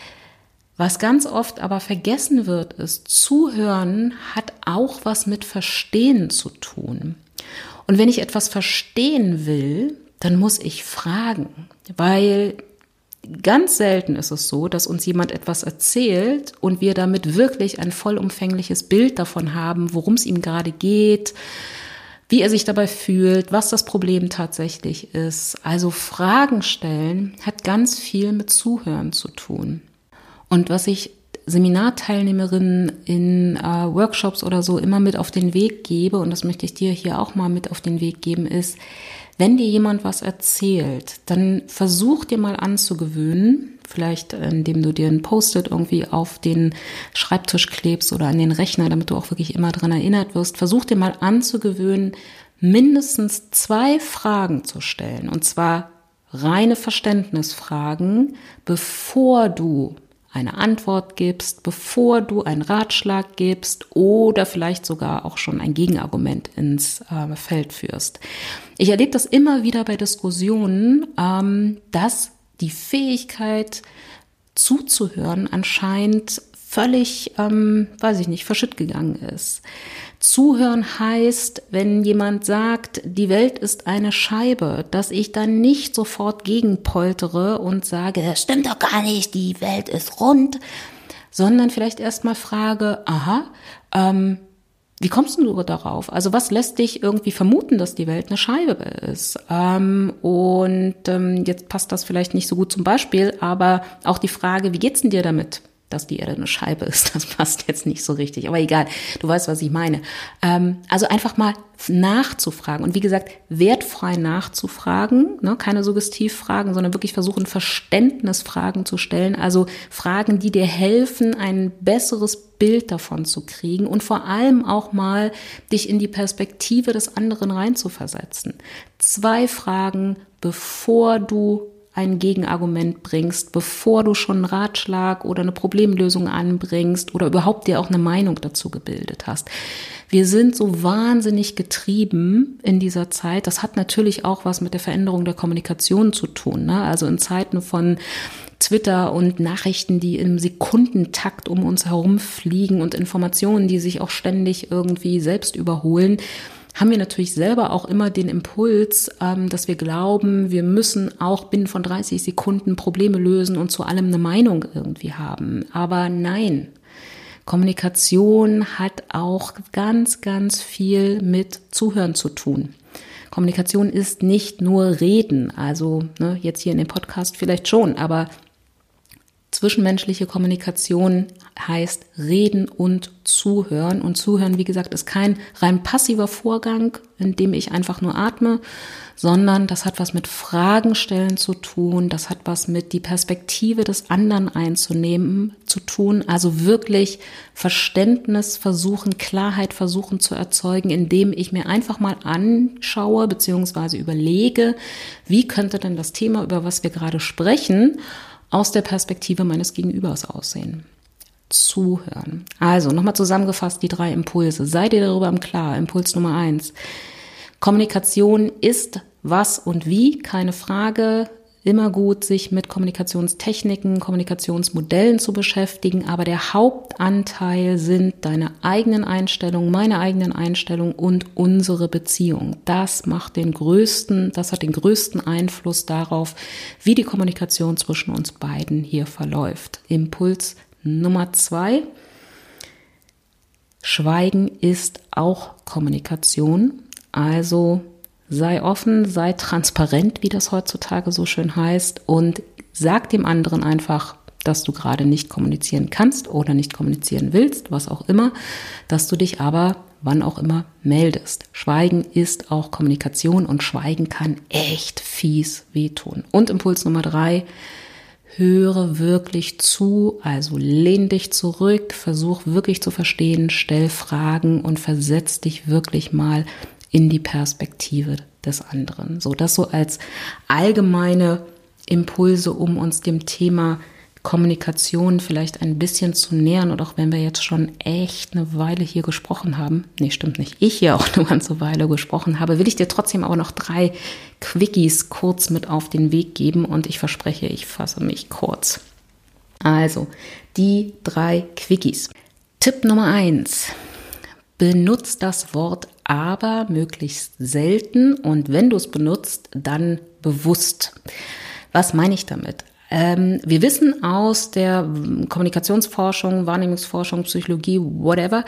Speaker 1: Was ganz oft aber vergessen wird, ist, Zuhören hat auch was mit Verstehen zu tun. Und wenn ich etwas verstehen will, dann muss ich fragen, weil ganz selten ist es so, dass uns jemand etwas erzählt und wir damit wirklich ein vollumfängliches Bild davon haben, worum es ihm gerade geht, wie er sich dabei fühlt, was das Problem tatsächlich ist. Also Fragen stellen hat ganz viel mit Zuhören zu tun. Und was ich Seminarteilnehmerinnen in Workshops oder so immer mit auf den Weg gebe, und das möchte ich dir hier auch mal mit auf den Weg geben, ist, wenn dir jemand was erzählt, dann versuch dir mal anzugewöhnen, vielleicht indem du dir ein Post-it irgendwie auf den Schreibtisch klebst oder an den Rechner, damit du auch wirklich immer dran erinnert wirst, versuch dir mal anzugewöhnen, mindestens 2 Fragen zu stellen, und zwar reine Verständnisfragen, bevor du eine Antwort gibst, bevor du einen Ratschlag gibst oder vielleicht sogar auch schon ein Gegenargument ins Feld führst. Ich erlebe das immer wieder bei Diskussionen, dass die Fähigkeit zuzuhören anscheinend völlig, verschütt gegangen ist. Zuhören heißt, wenn jemand sagt, die Welt ist eine Scheibe, dass ich dann nicht sofort gegenpoltere und sage, das stimmt doch gar nicht, die Welt ist rund, sondern vielleicht erstmal frage, wie kommst du darauf? Also was lässt dich irgendwie vermuten, dass die Welt eine Scheibe ist? Jetzt passt das vielleicht nicht so gut zum Beispiel, aber auch die Frage, wie geht's denn dir damit, dass die Erde eine Scheibe ist? Das passt jetzt nicht so richtig, aber egal, du weißt, was ich meine. Also einfach mal nachzufragen und wie gesagt, wertfrei nachzufragen, ne? Keine Suggestivfragen, sondern wirklich versuchen, Verständnisfragen zu stellen, also Fragen, die dir helfen, ein besseres Bild davon zu kriegen und vor allem auch mal dich in die Perspektive des anderen reinzuversetzen. 2 Fragen, bevor du ein Gegenargument bringst, bevor du schon einen Ratschlag oder eine Problemlösung anbringst oder überhaupt dir auch eine Meinung dazu gebildet hast. Wir sind so wahnsinnig getrieben in dieser Zeit. Das hat natürlich auch was mit der Veränderung der Kommunikation zu tun, ne? Also in Zeiten von Twitter und Nachrichten, die im Sekundentakt um uns herumfliegen und Informationen, die sich auch ständig irgendwie selbst überholen, haben wir natürlich selber auch immer den Impuls, dass wir glauben, wir müssen auch binnen von 30 Sekunden Probleme lösen und zu allem eine Meinung irgendwie haben. Aber nein, Kommunikation hat auch ganz, ganz viel mit Zuhören zu tun. Kommunikation ist nicht nur Reden, also jetzt hier in dem Podcast vielleicht schon, aber zwischenmenschliche Kommunikation heißt Reden und Zuhören. Und Zuhören, wie gesagt, ist kein rein passiver Vorgang, in dem ich einfach nur atme, sondern das hat was mit Fragen stellen zu tun, das hat was mit die Perspektive des anderen einzunehmen zu tun, also wirklich Verständnis versuchen, Klarheit versuchen zu erzeugen, indem ich mir einfach mal anschaue bzw. überlege, wie könnte denn das Thema, über was wir gerade sprechen, aus der Perspektive meines Gegenübers aussehen. Zuhören. Also nochmal zusammengefasst die 3 Impulse. Sei dir darüber im Klaren. Impuls Nummer 1. Kommunikation ist was und wie, keine Frage. immer gut, sich mit Kommunikationstechniken, Kommunikationsmodellen zu beschäftigen, aber der Hauptanteil sind deine eigenen Einstellungen, meine eigenen Einstellungen und unsere Beziehung. Das hat den größten Einfluss darauf, wie die Kommunikation zwischen uns beiden hier verläuft. Impuls Nummer 2: Schweigen ist auch Kommunikation, also sei offen, sei transparent, wie das heutzutage so schön heißt, und sag dem anderen einfach, dass du gerade nicht kommunizieren kannst oder nicht kommunizieren willst, was auch immer, dass du dich aber wann auch immer meldest. Schweigen ist auch Kommunikation und Schweigen kann echt fies wehtun. Und Impuls Nummer 3: höre wirklich zu, also lehn dich zurück, versuch wirklich zu verstehen, stell Fragen und versetz dich wirklich mal in die Perspektive des anderen. So, das so als allgemeine Impulse, um uns dem Thema Kommunikation vielleicht ein bisschen zu nähern. Und auch wenn wir jetzt schon echt eine Weile hier gesprochen haben, nee, stimmt nicht, ich hier auch eine ganze Weile gesprochen habe, will ich dir trotzdem aber noch 3 Quickies kurz mit auf den Weg geben und ich verspreche, ich fasse mich kurz. Also, die 3 Quickies. Tipp Nummer 1: benutz das Wort aber möglichst selten und wenn du es benutzt, dann bewusst. Was meine ich damit? Wir wissen aus der Kommunikationsforschung, Wahrnehmungsforschung, Psychologie, whatever,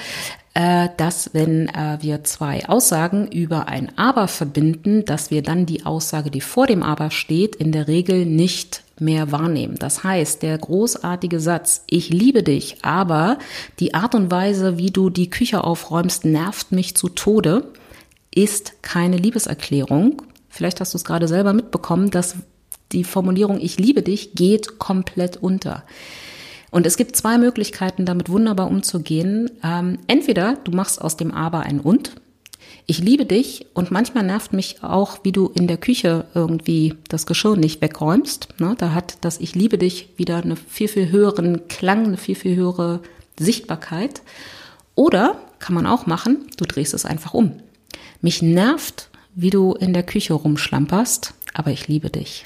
Speaker 1: dass wenn wir 2 Aussagen über ein Aber verbinden, dass wir dann die Aussage, die vor dem Aber steht, in der Regel nicht mehr wahrnehmen. Das heißt, der großartige Satz, ich liebe dich, aber die Art und Weise, wie du die Küche aufräumst, nervt mich zu Tode, ist keine Liebeserklärung. Vielleicht hast du es gerade selber mitbekommen, dass die Formulierung ich liebe dich geht komplett unter. Und es gibt 2 Möglichkeiten, damit wunderbar umzugehen. Entweder du machst aus dem Aber ein Und. Ich liebe dich und manchmal nervt mich auch, wie du in der Küche irgendwie das Geschirr nicht wegräumst. Da hat das ich liebe dich wieder einen viel, viel höheren Klang, eine viel, viel höhere Sichtbarkeit. Oder, kann man auch machen, du drehst es einfach um. Mich nervt, wie du in der Küche rumschlamperst, aber ich liebe dich.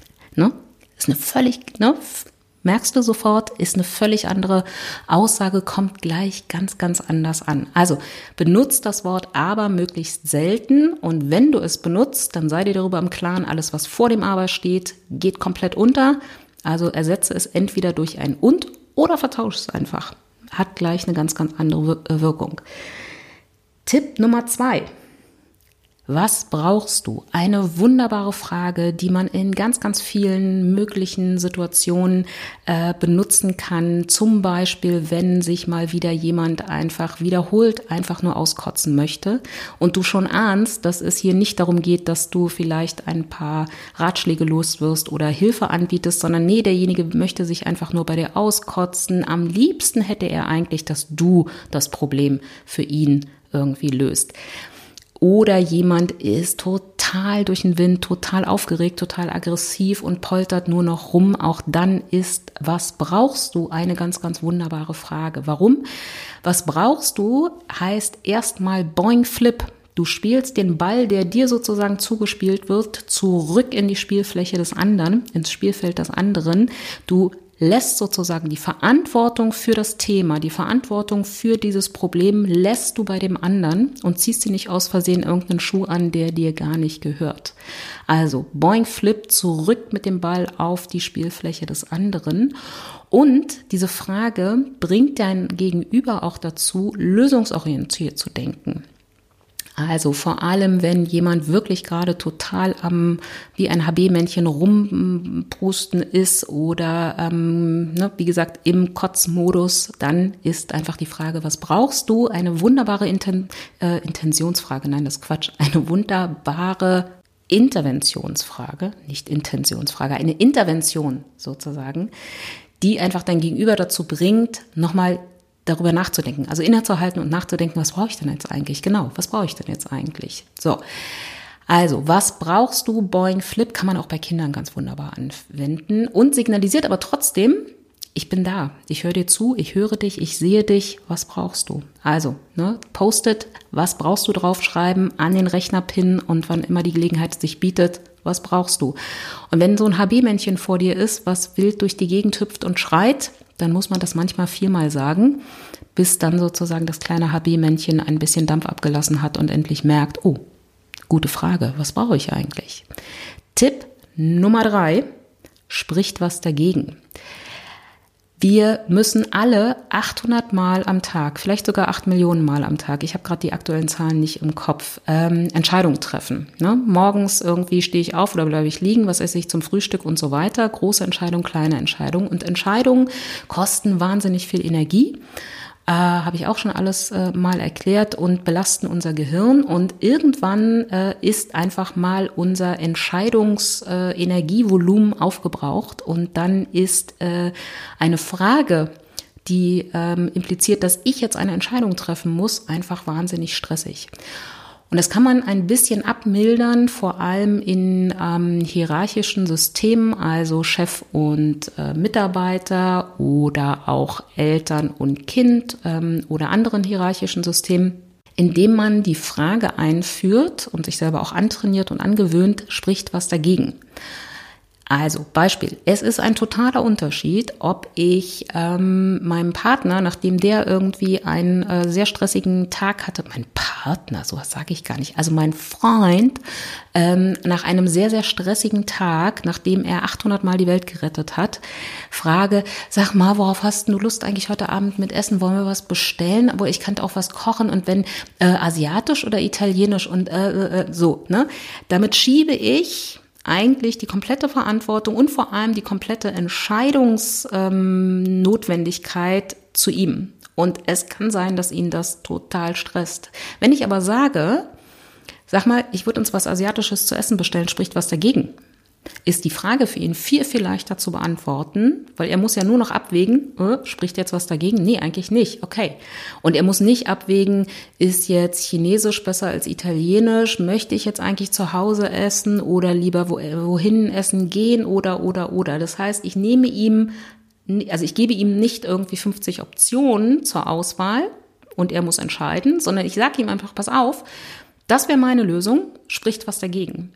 Speaker 1: Ist eine völlig, merkst du sofort, ist eine völlig andere Aussage, kommt gleich ganz, ganz anders an. Also benutzt das Wort aber möglichst selten und wenn du es benutzt, dann sei dir darüber im Klaren, alles was vor dem aber steht, geht komplett unter. Also ersetze es entweder durch ein und oder vertausche es einfach. Hat gleich eine ganz, ganz andere Wirkung. Tipp Nummer 2. Was brauchst du? Eine wunderbare Frage, die man in ganz, ganz vielen möglichen Situationen benutzen kann. Zum Beispiel, wenn sich mal wieder jemand einfach wiederholt einfach nur auskotzen möchte und du schon ahnst, dass es hier nicht darum geht, dass du vielleicht ein paar Ratschläge los wirst oder Hilfe anbietest, sondern nee, derjenige möchte sich einfach nur bei dir auskotzen. Am liebsten hätte er eigentlich, dass du das Problem für ihn irgendwie löst. Oder jemand ist total durch den Wind, total aufgeregt, total aggressiv und poltert nur noch rum. Auch dann ist, was brauchst du? Eine ganz, ganz wunderbare Frage. Warum? Was brauchst du? Heißt erstmal Boing Flip. Du spielst den Ball, der dir sozusagen zugespielt wird, zurück in die Spielfläche des anderen, ins Spielfeld des anderen. Du lässt sozusagen die Verantwortung für das Thema, die Verantwortung für dieses Problem lässt du bei dem anderen und ziehst dir nicht aus Versehen irgendeinen Schuh an, der dir gar nicht gehört. Also Boing Flip, zurück mit dem Ball auf die Spielfläche des anderen. Und diese Frage bringt dein Gegenüber auch dazu, lösungsorientiert zu denken. Also vor allem, wenn jemand wirklich gerade total wie ein HB-Männchen rumprusten ist oder, wie gesagt, im Kotzmodus, dann ist einfach die Frage, was brauchst du? Eine wunderbare Intentionsfrage, nein, das ist Quatsch, eine wunderbare Interventionsfrage, nicht Intentionsfrage, eine Intervention sozusagen, die einfach dein Gegenüber dazu bringt, nochmal darüber nachzudenken, also innezuhalten und nachzudenken, was brauche ich denn jetzt eigentlich? Genau, was brauche ich denn jetzt eigentlich? So, also, was brauchst du? Boing Flip kann man auch bei Kindern ganz wunderbar anwenden und signalisiert aber trotzdem, ich bin da, ich höre dir zu, ich höre dich, ich sehe dich, was brauchst du? Also, Post-it, was brauchst du draufschreiben, an den Rechner pinnen und wann immer die Gelegenheit sich bietet, was brauchst du? Und wenn so ein HB-Männchen vor dir ist, was wild durch die Gegend hüpft und schreit, dann muss man das manchmal 4-mal sagen, bis dann sozusagen das kleine HB-Männchen ein bisschen Dampf abgelassen hat und endlich merkt, oh, gute Frage, was brauche ich eigentlich? Tipp Nummer 3, spricht was dagegen. Wir müssen alle 800 Mal am Tag, vielleicht sogar 8 Millionen Mal am Tag, ich habe gerade die aktuellen Zahlen nicht im Kopf, Entscheidungen treffen. Ne? Morgens irgendwie stehe ich auf oder bleibe ich liegen, was esse ich zum Frühstück und so weiter. Große Entscheidung, kleine Entscheidung. Und Entscheidungen kosten wahnsinnig viel Energie. Habe ich auch schon alles mal erklärt und belasten unser Gehirn. Und irgendwann ist einfach mal unser Entscheidungsenergievolumen aufgebraucht. Und dann ist eine Frage, die impliziert, dass ich jetzt eine Entscheidung treffen muss, einfach wahnsinnig stressig. Und das kann man ein bisschen abmildern, vor allem in hierarchischen Systemen, also Chef und Mitarbeiter oder auch Eltern und Kind oder anderen hierarchischen Systemen, indem man die Frage einführt und sich selber auch antrainiert und angewöhnt, spricht was dagegen. Also Beispiel, es ist ein totaler Unterschied, ob ich meinem Partner, nachdem der irgendwie einen sehr stressigen Tag hatte, mein Partner, sowas sage ich gar nicht, also mein Freund, nach einem sehr, sehr stressigen Tag, nachdem er 800 Mal die Welt gerettet hat, frage, sag mal, worauf hast du Lust eigentlich heute Abend mit Essen? Wollen wir was bestellen? Aber ich kann auch was kochen und wenn asiatisch oder italienisch und so, ne? Damit schiebe ich eigentlich die komplette Verantwortung und vor allem die komplette Entscheidungsnotwendigkeit zu ihm. Und es kann sein, dass ihn das total stresst. Wenn ich aber sage, sag mal, ich würde uns was Asiatisches zu essen bestellen, spricht was dagegen? Ist die Frage für ihn viel, viel leichter zu beantworten, weil er muss ja nur noch abwägen, spricht jetzt was dagegen? Nee, eigentlich nicht. Okay. Und er muss nicht abwägen, ist jetzt Chinesisch besser als Italienisch? Möchte ich jetzt eigentlich zu Hause essen oder lieber wohin essen gehen oder. Das heißt, ich gebe ihm nicht irgendwie 50 Optionen zur Auswahl und er muss entscheiden, sondern ich sage ihm einfach, pass auf, das wäre meine Lösung, spricht was dagegen.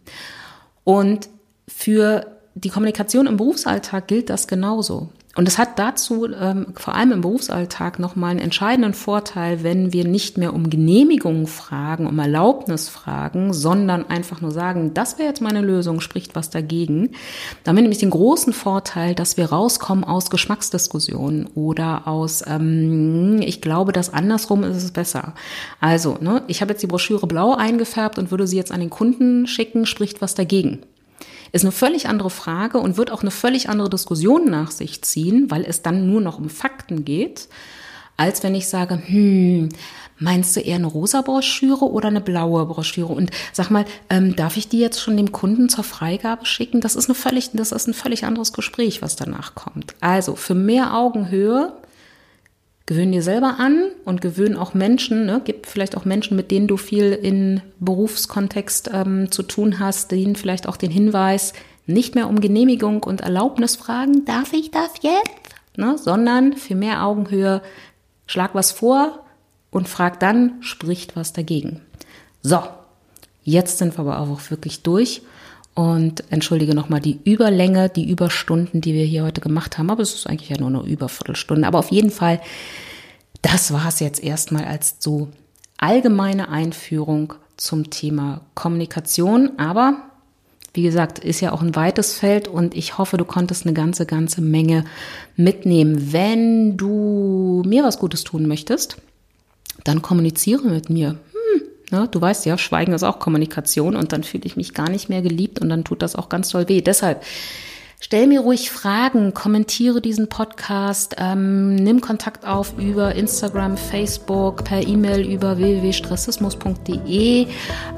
Speaker 1: Und für die Kommunikation im Berufsalltag gilt das genauso. Und es hat dazu vor allem im Berufsalltag nochmal einen entscheidenden Vorteil, wenn wir nicht mehr um Genehmigung fragen, um Erlaubnis fragen, sondern einfach nur sagen, das wäre jetzt meine Lösung, spricht was dagegen. Da haben wir nämlich den großen Vorteil, dass wir rauskommen aus Geschmacksdiskussionen oder aus, ich glaube, dass andersrum ist es besser. Also, ne, ich habe jetzt die Broschüre blau eingefärbt und würde sie jetzt an den Kunden schicken, spricht was dagegen. Ist eine völlig andere Frage und wird auch eine völlig andere Diskussion nach sich ziehen, weil es dann nur noch um Fakten geht, als wenn ich sage, meinst du eher eine rosa Broschüre oder eine blaue Broschüre? Und sag mal, darf ich die jetzt schon dem Kunden zur Freigabe schicken? Das ist ein völlig anderes Gespräch, was danach kommt. Also für mehr Augenhöhe, gewöhn dir selber an und gewöhn auch Menschen, ne? Gibt vielleicht auch Menschen, mit denen du viel in Berufskontext zu tun hast, denen vielleicht auch den Hinweis, nicht mehr um Genehmigung und Erlaubnis fragen, darf ich das jetzt? Ne? Sondern für mehr Augenhöhe, schlag was vor und frag dann, spricht was dagegen. So, jetzt sind wir aber auch wirklich durch. Und entschuldige nochmal die Überlänge, die Überstunden, die wir hier heute gemacht haben. Aber es ist eigentlich ja nur eine Überviertelstunde. Aber auf jeden Fall, das war es jetzt erstmal als so allgemeine Einführung zum Thema Kommunikation. Aber wie gesagt, ist ja auch ein weites Feld und ich hoffe, du konntest eine ganze Menge mitnehmen. Wenn du mir was Gutes tun möchtest, dann kommuniziere mit mir. Ja, du weißt ja, Schweigen ist auch Kommunikation und dann fühle ich mich gar nicht mehr geliebt und dann tut das auch ganz doll weh. Deshalb stell mir ruhig Fragen, kommentiere diesen Podcast, nimm Kontakt auf über Instagram, Facebook, per E-Mail über www.stressismus.de.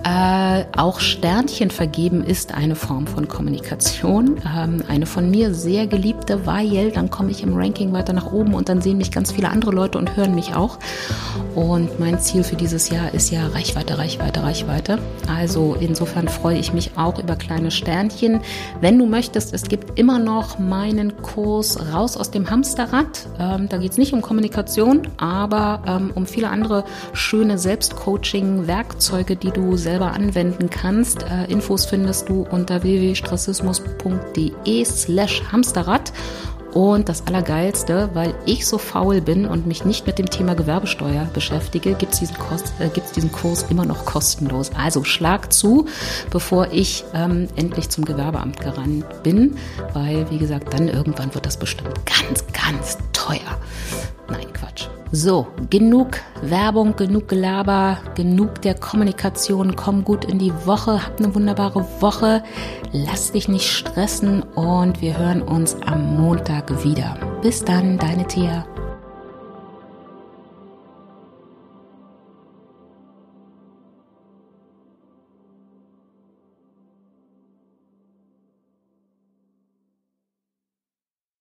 Speaker 1: Auch Sternchen vergeben ist eine Form von Kommunikation, eine von mir sehr geliebte, weil dann komme ich im Ranking weiter nach oben und dann sehen mich ganz viele andere Leute und hören mich auch. Und mein Ziel für dieses Jahr ist ja Reichweite. Also insofern freue ich mich auch über kleine Sternchen. Wenn du möchtest, es gibt immer noch meinen Kurs Raus aus dem Hamsterrad. Da geht es nicht um Kommunikation, aber um viele andere schöne Selbstcoaching-Werkzeuge, die du selber anwenden kannst. Infos findest du unter www.strassismus.de/Hamsterrad. Und das Allergeilste, weil ich so faul bin und mich nicht mit dem Thema Gewerbesteuer beschäftige, gibt's diesen Kurs immer noch kostenlos. Also schlag zu, bevor ich endlich zum Gewerbeamt gerannt bin, weil, wie gesagt, dann irgendwann wird das bestimmt ganz, ganz teuer. Nein, Quatsch. So, genug Werbung, genug Gelaber, genug der Kommunikation. Komm gut in die Woche, hab eine wunderbare Woche, lass dich nicht stressen und wir hören uns am Montag wieder. Bis dann, deine Thea.